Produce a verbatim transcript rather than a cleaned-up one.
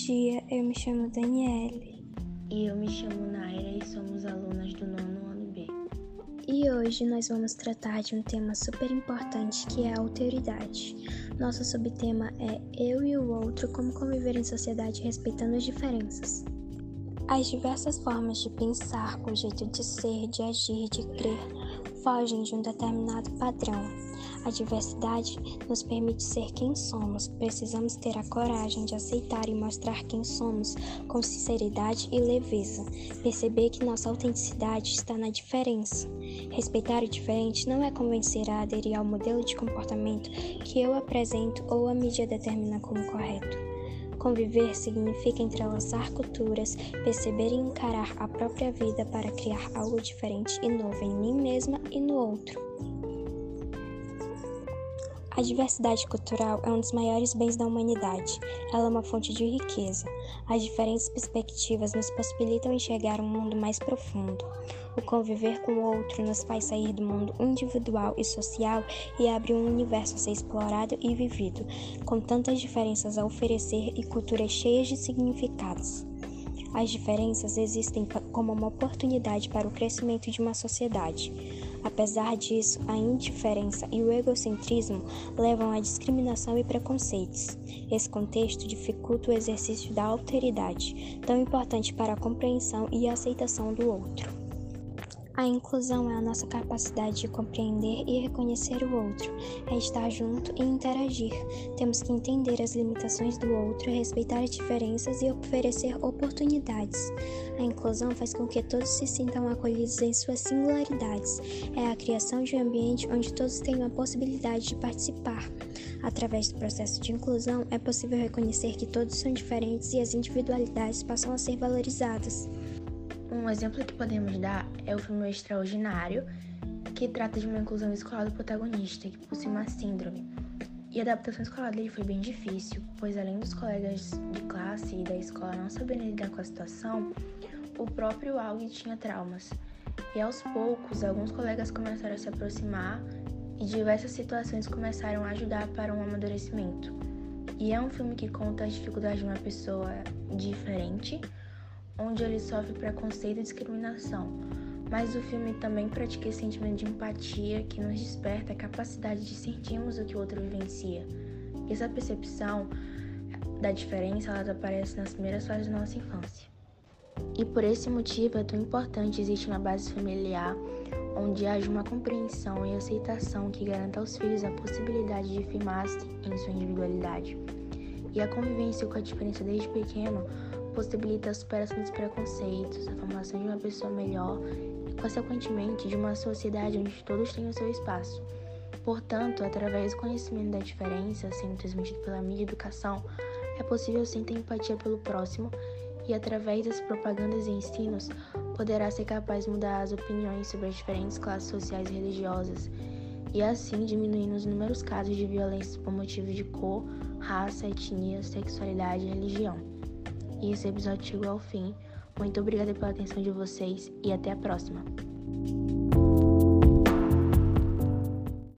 dia, eu me chamo Daniele. E eu me chamo Naira e somos alunas do nono ano B. E hoje nós vamos tratar de um tema super importante que é a alteridade. Nosso subtema é Eu e o Outro, como conviver em sociedade respeitando as diferenças. As diversas formas de pensar, o jeito de ser, de agir, de crer, fogem de um determinado padrão. A diversidade nos permite ser quem somos. Precisamos ter a coragem de aceitar e mostrar quem somos com sinceridade e leveza. Perceber que nossa autenticidade está na diferença. Respeitar o diferente não é convencer a aderir ao modelo de comportamento que eu apresento ou a mídia determina como correto. Conviver significa entrelaçar culturas, perceber e encarar a própria vida para criar algo diferente e novo em mim mesma e no outro. A diversidade cultural é um dos maiores bens da humanidade. Ela é uma fonte de riqueza. As diferentes perspectivas nos possibilitam enxergar um mundo mais profundo. O conviver com o outro nos faz sair do mundo individual e social e abre um universo a ser explorado e vivido, com tantas diferenças a oferecer e culturas cheias de significados. As diferenças existem como uma oportunidade para o crescimento de uma sociedade. Apesar disso, a indiferença e o egocentrismo levam à discriminação e preconceitos. Esse contexto dificulta o exercício da alteridade, tão importante para a compreensão e a aceitação do outro. A inclusão é a nossa capacidade de compreender e reconhecer o outro, é estar junto e interagir. Temos que entender as limitações do outro, respeitar as diferenças e oferecer oportunidades. A inclusão faz com que todos se sintam acolhidos em suas singularidades. É a criação de um ambiente onde todos tenham a possibilidade de participar. Através do processo de inclusão, é possível reconhecer que todos são diferentes e as individualidades passam a ser valorizadas. Um exemplo que podemos dar é o filme Extraordinário, que trata de uma inclusão escolar do protagonista, que possui uma síndrome. E a adaptação escolar dele foi bem difícil, pois além dos colegas de classe e da escola não saberem lidar com a situação, o próprio August tinha traumas. E aos poucos, alguns colegas começaram a se aproximar e diversas situações começaram a ajudar para um amadurecimento. E é um filme que conta as dificuldades de uma pessoa diferente, onde ele sofre preconceito e discriminação, mas o filme também pratica esse sentimento de empatia que nos desperta a capacidade de sentirmos o que o outro vivencia. E essa percepção da diferença, ela aparece nas primeiras fases da nossa infância. E por esse motivo é tão importante existir uma base familiar onde haja uma compreensão e aceitação que garanta aos filhos a possibilidade de firmar-se em sua individualidade. E a convivência com a diferença desde pequeno possibilita a superação dos preconceitos, a formação de uma pessoa melhor e, consequentemente, de uma sociedade onde todos têm o seu espaço. Portanto, através do conhecimento da diferença, sendo transmitido pela mídia e educação, é possível sim ter empatia pelo próximo e, através das propagandas e ensinos, poderá ser capaz de mudar as opiniões sobre as diferentes classes sociais e religiosas e, assim, diminuindo os inúmeros casos de violência por motivos de cor, raça, etnia, sexualidade e religião. E esse episódio chegou ao fim. Muito obrigada pela atenção de vocês e até a próxima!